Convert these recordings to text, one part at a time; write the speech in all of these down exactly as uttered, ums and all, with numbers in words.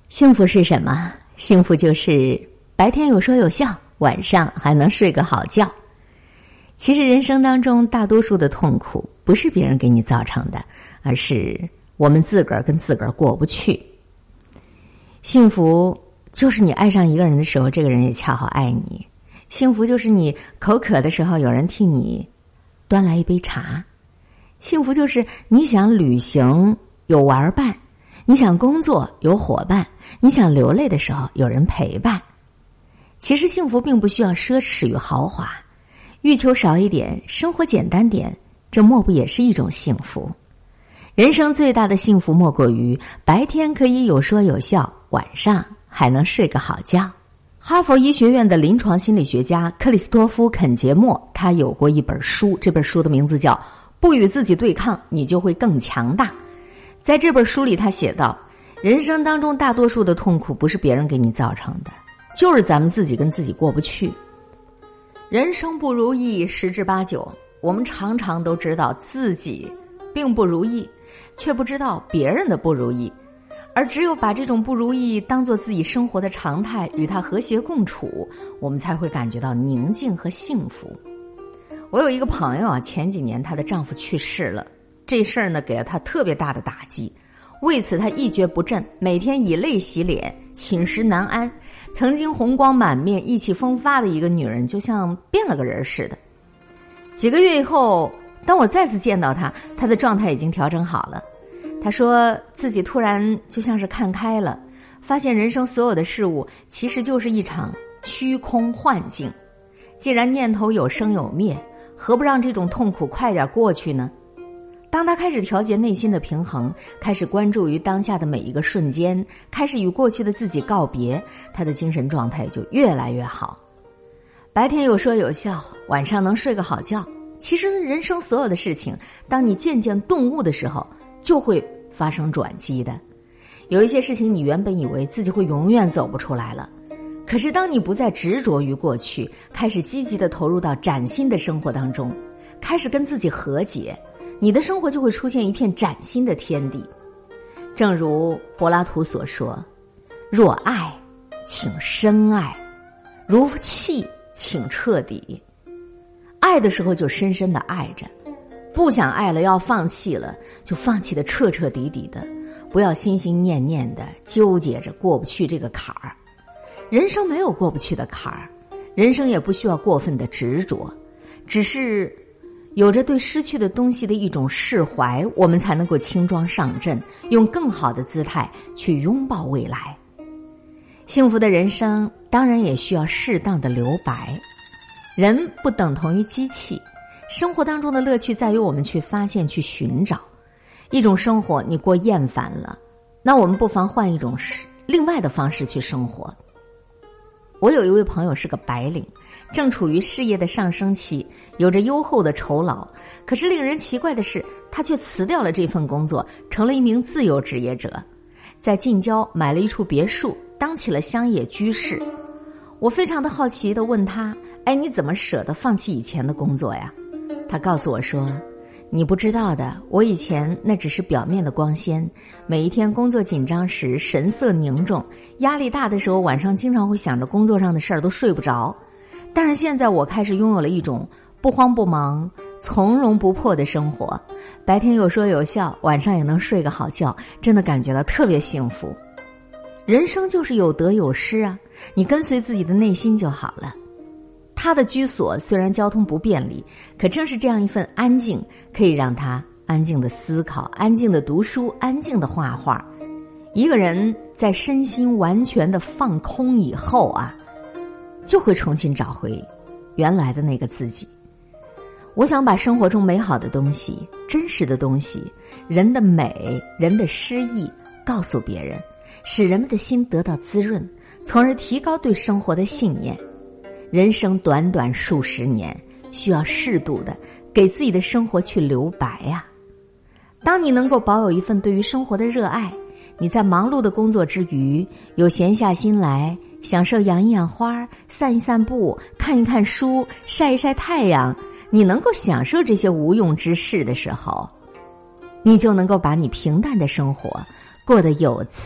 幸福是什么？幸福就是白天有说有笑，晚上还能睡个好觉。其实人生当中大多数的痛苦不是别人给你造成的，而是我们自个儿跟自个儿过不去。幸福就是你爱上一个人的时候，这个人也恰好爱你。幸福就是你口渴的时候，有人替你端来一杯茶。幸福就是你想旅行有玩伴，你想工作有伙伴，你想流泪的时候有人陪伴。其实幸福并不需要奢侈与豪华，欲求少一点，生活简单点，这莫不也是一种幸福？人生最大的幸福莫过于白天可以有说有笑，晚上还能睡个好觉。哈佛医学院的临床心理学家克里斯托夫·肯杰默，他有过一本书，这本书的名字叫《不与自己对抗，你就会更强大》。在这本书里他写道，人生当中大多数的痛苦不是别人给你造成的，就是咱们自己跟自己过不去。人生不如意十之八九，我们常常都知道自己并不如意，却不知道别人的不如意，而只有把这种不如意当作自己生活的常态，与它和谐共处，我们才会感觉到宁静和幸福。我有一个朋友啊，前几年她的丈夫去世了，这事儿呢给了她特别大的打击，为此她一蹶不振，每天以泪洗脸，寝食难安。曾经红光满面意气风发的一个女人，就像变了个人似的。几个月以后，当我再次见到她，她的状态已经调整好了。她说自己突然就像是看开了，发现人生所有的事物其实就是一场虚空幻境。既然念头有生有灭，何不让这种痛苦快点过去呢？当他开始调节内心的平衡，开始关注于当下的每一个瞬间，开始与过去的自己告别，他的精神状态就越来越好。白天有说有笑，晚上能睡个好觉。其实人生所有的事情，当你渐渐顿悟的时候，就会发生转机的。有一些事情你原本以为自己会永远走不出来了，可是当你不再执着于过去，开始积极地投入到崭新的生活当中，开始跟自己和解，你的生活就会出现一片崭新的天地。正如柏拉图所说，若爱，请深爱；如弃，请彻底。爱的时候就深深地爱着，不想爱了，要放弃了，就放弃得彻彻底底的，不要心心念念的纠结着过不去这个坎儿。人生没有过不去的坎儿，人生也不需要过分的执着，只是有着对失去的东西的一种释怀，我们才能够轻装上阵，用更好的姿态去拥抱未来。幸福的人生当然也需要适当的留白。人不等同于机器，生活当中的乐趣在于我们去发现，去寻找。一种生活你过厌烦了，那我们不妨换一种另外的方式去生活。我有一位朋友是个白领，正处于事业的上升期，有着优厚的酬劳，可是令人奇怪的是，他却辞掉了这份工作，成了一名自由职业者，在近郊买了一处别墅，当起了乡野居士。我非常的好奇地问他，哎，你怎么舍得放弃以前的工作呀？他告诉我说，你不知道的，我以前那只是表面的光鲜，每一天工作紧张时神色凝重，压力大的时候晚上经常会想着工作上的事儿都睡不着。但是现在我开始拥有了一种不慌不忙、从容不迫的生活，白天有说有笑，晚上也能睡个好觉，真的感觉到特别幸福。人生就是有得有失啊，你跟随自己的内心就好了。他的居所虽然交通不便利，可正是这样一份安静，可以让他安静的思考，安静的读书，安静的画画。一个人在身心完全的放空以后啊，就会重新找回原来的那个自己。我想把生活中美好的东西、真实的东西、人的美、人的诗意告诉别人，使人们的心得到滋润，从而提高对生活的信念。人生短短数十年，需要适度的给自己的生活去留白啊。当你能够保有一份对于生活的热爱，你在忙碌的工作之余，有闲下心来享受养一养花，散一散步，看一看书，晒一晒太阳，你能够享受这些无用之事的时候，你就能够把你平淡的生活过得有滋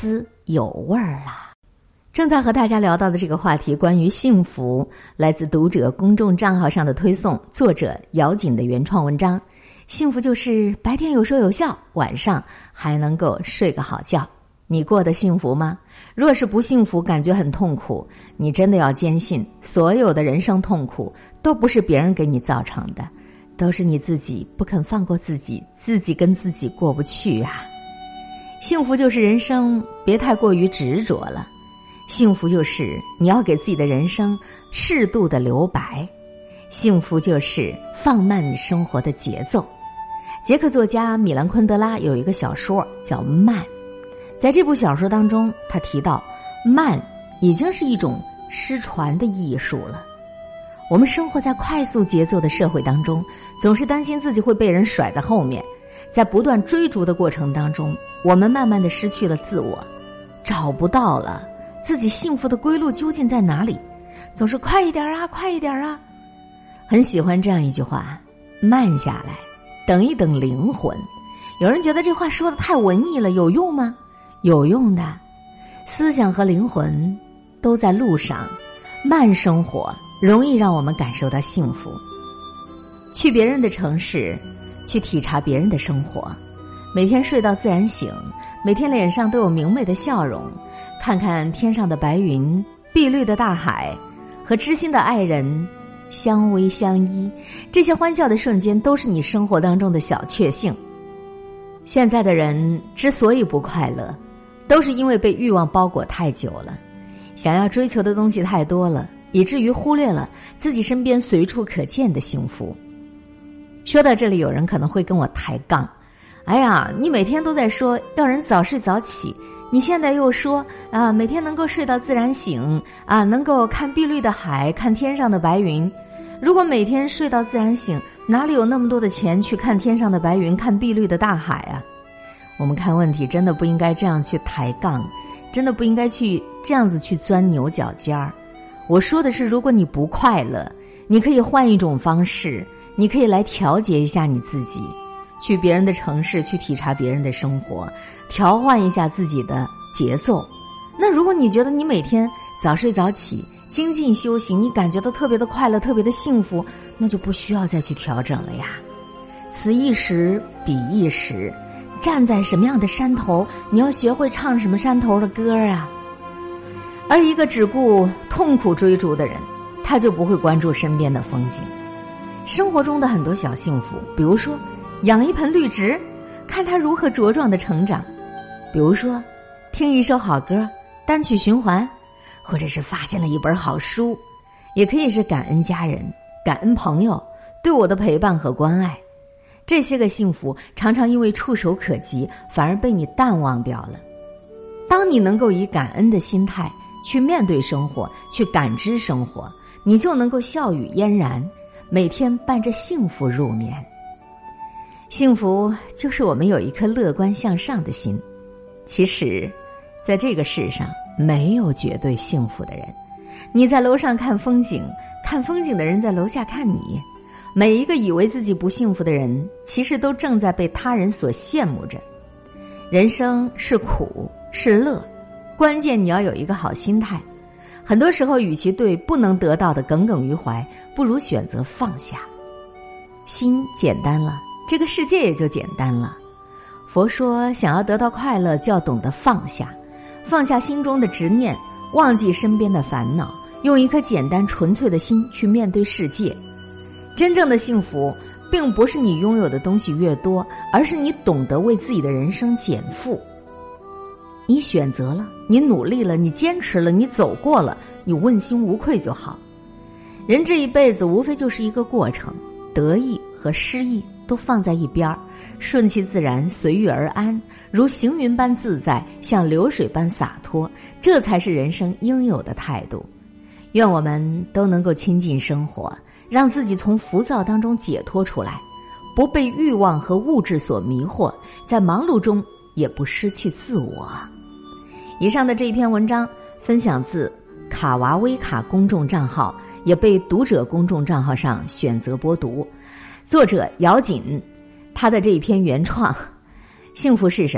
有味儿了。正在和大家聊到的这个话题，关于幸福，来自读者公众账号上的推送，作者姚锦的原创文章。幸福就是白天有说有笑，晚上还能够睡个好觉。你过得幸福吗？若是不幸福，感觉很痛苦，你真的要坚信，所有的人生痛苦都不是别人给你造成的，都是你自己不肯放过自己，自己跟自己过不去啊。幸福就是人生别太过于执着了，幸福就是你要给自己的人生适度的留白，幸福就是放慢你生活的节奏。捷克作家米兰昆德拉有一个小说叫《慢》，在这部小说当中，他提到慢已经是一种失传的艺术了。我们生活在快速节奏的社会当中，总是担心自己会被人甩在后面，在不断追逐的过程当中，我们慢慢的失去了自我，找不到了自己幸福的归路究竟在哪里，总是快一点啊，快一点啊。很喜欢这样一句话，慢下来，等一等灵魂。有人觉得这话说的太文艺了，有用吗？有用的，思想和灵魂都在路上，慢生活容易让我们感受到幸福。去别人的城市，去体察别人的生活，每天睡到自然醒，每天脸上都有明媚的笑容，看看天上的白云，碧绿的大海，和知心的爱人相偎相依，这些欢笑的瞬间都是你生活当中的小确幸。现在的人之所以不快乐，都是因为被欲望包裹太久了，想要追求的东西太多了，以至于忽略了自己身边随处可见的幸福。说到这里，有人可能会跟我抬杠，哎呀，你每天都在说要人早睡早起，你现在又说啊，每天能够睡到自然醒啊，能够看碧绿的海，看天上的白云。如果每天睡到自然醒，哪里有那么多的钱去看天上的白云，看碧绿的大海啊？我们看问题真的不应该这样去抬杠，真的不应该去这样子去钻牛角尖儿。我说的是，如果你不快乐，你可以换一种方式，你可以来调节一下你自己，去别人的城市，去体察别人的生活，调换一下自己的节奏。那如果你觉得你每天早睡早起，精进修行，你感觉到特别的快乐，特别的幸福，那就不需要再去调整了呀。此一时彼一时，站在什么样的山头，你要学会唱什么山头的歌啊。而一个只顾痛苦追逐的人，他就不会关注身边的风景。生活中的很多小幸福，比如说养一盆绿植，看它如何茁壮的成长，比如说听一首好歌，单曲循环，或者是发现了一本好书，也可以是感恩家人，感恩朋友对我的陪伴和关爱。这些个幸福常常因为触手可及，反而被你淡忘掉了。当你能够以感恩的心态去面对生活，去感知生活，你就能够笑语嫣然，每天伴着幸福入眠。幸福就是我们有一颗乐观向上的心。其实在这个世上没有绝对幸福的人，你在楼上看风景，看风景的人在楼下看你。每一个以为自己不幸福的人，其实都正在被他人所羡慕着。人生是苦是乐，关键你要有一个好心态。很多时候，与其对不能得到的耿耿于怀，不如选择放下。心简单了，这个世界也就简单了。佛说，想要得到快乐，就要懂得放下，放下心中的执念，忘记身边的烦恼，用一颗简单纯粹的心去面对世界。真正的幸福并不是你拥有的东西越多，而是你懂得为自己的人生减负。你选择了，你努力了，你坚持了，你走过了，你问心无愧就好。人这一辈子无非就是一个过程，得意和失意都放在一边，顺其自然，随遇而安，如行云般自在，像流水般洒脱，这才是人生应有的态度。愿我们都能够亲近生活，让自己从浮躁当中解脱出来，不被欲望和物质所迷惑，在忙碌中也不失去自我。以上的这一篇文章分享自卡娃威卡公众账号，也被读者公众账号上选择播读。作者姚锦，他的这一篇原创。幸福是什么？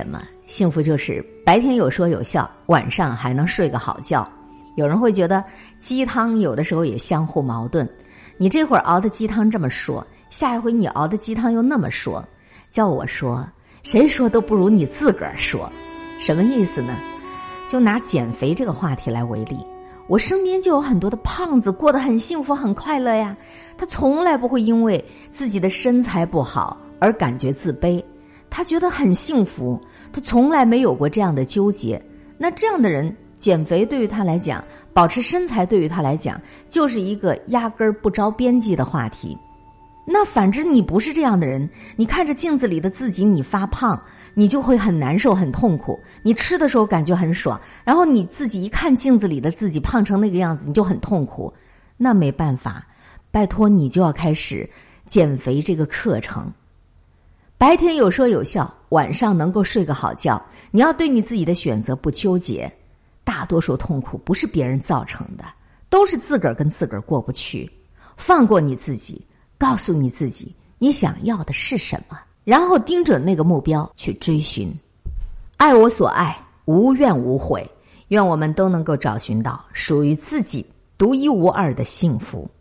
幸福就是白天有说有笑，晚上还能睡个好觉。有人会觉得鸡汤有的时候也相互矛盾，你这会儿熬的鸡汤这么说，下一回你熬的鸡汤又那么说，叫我说，谁说都不如你自个儿说。什么意思呢？就拿减肥这个话题来为例，我身边就有很多的胖子过得很幸福很快乐呀，他从来不会因为自己的身材不好而感觉自卑，他觉得很幸福，他从来没有过这样的纠结。那这样的人，减肥对于他来讲，保持身材对于他来讲，就是一个压根儿不着边际的话题。那反之你不是这样的人，你看着镜子里的自己你发胖，你就会很难受很痛苦，你吃的时候感觉很爽，然后你自己一看镜子里的自己胖成那个样子，你就很痛苦。那没办法，拜托你就要开始减肥这个课程。白天有说有笑，晚上能够睡个好觉，你要对你自己的选择不纠结。大多数痛苦不是别人造成的，都是自个儿跟自个儿过不去。放过你自己，告诉你自己你想要的是什么，然后盯准那个目标去追寻。爱我所爱，无怨无悔。愿我们都能够找寻到属于自己独一无二的幸福。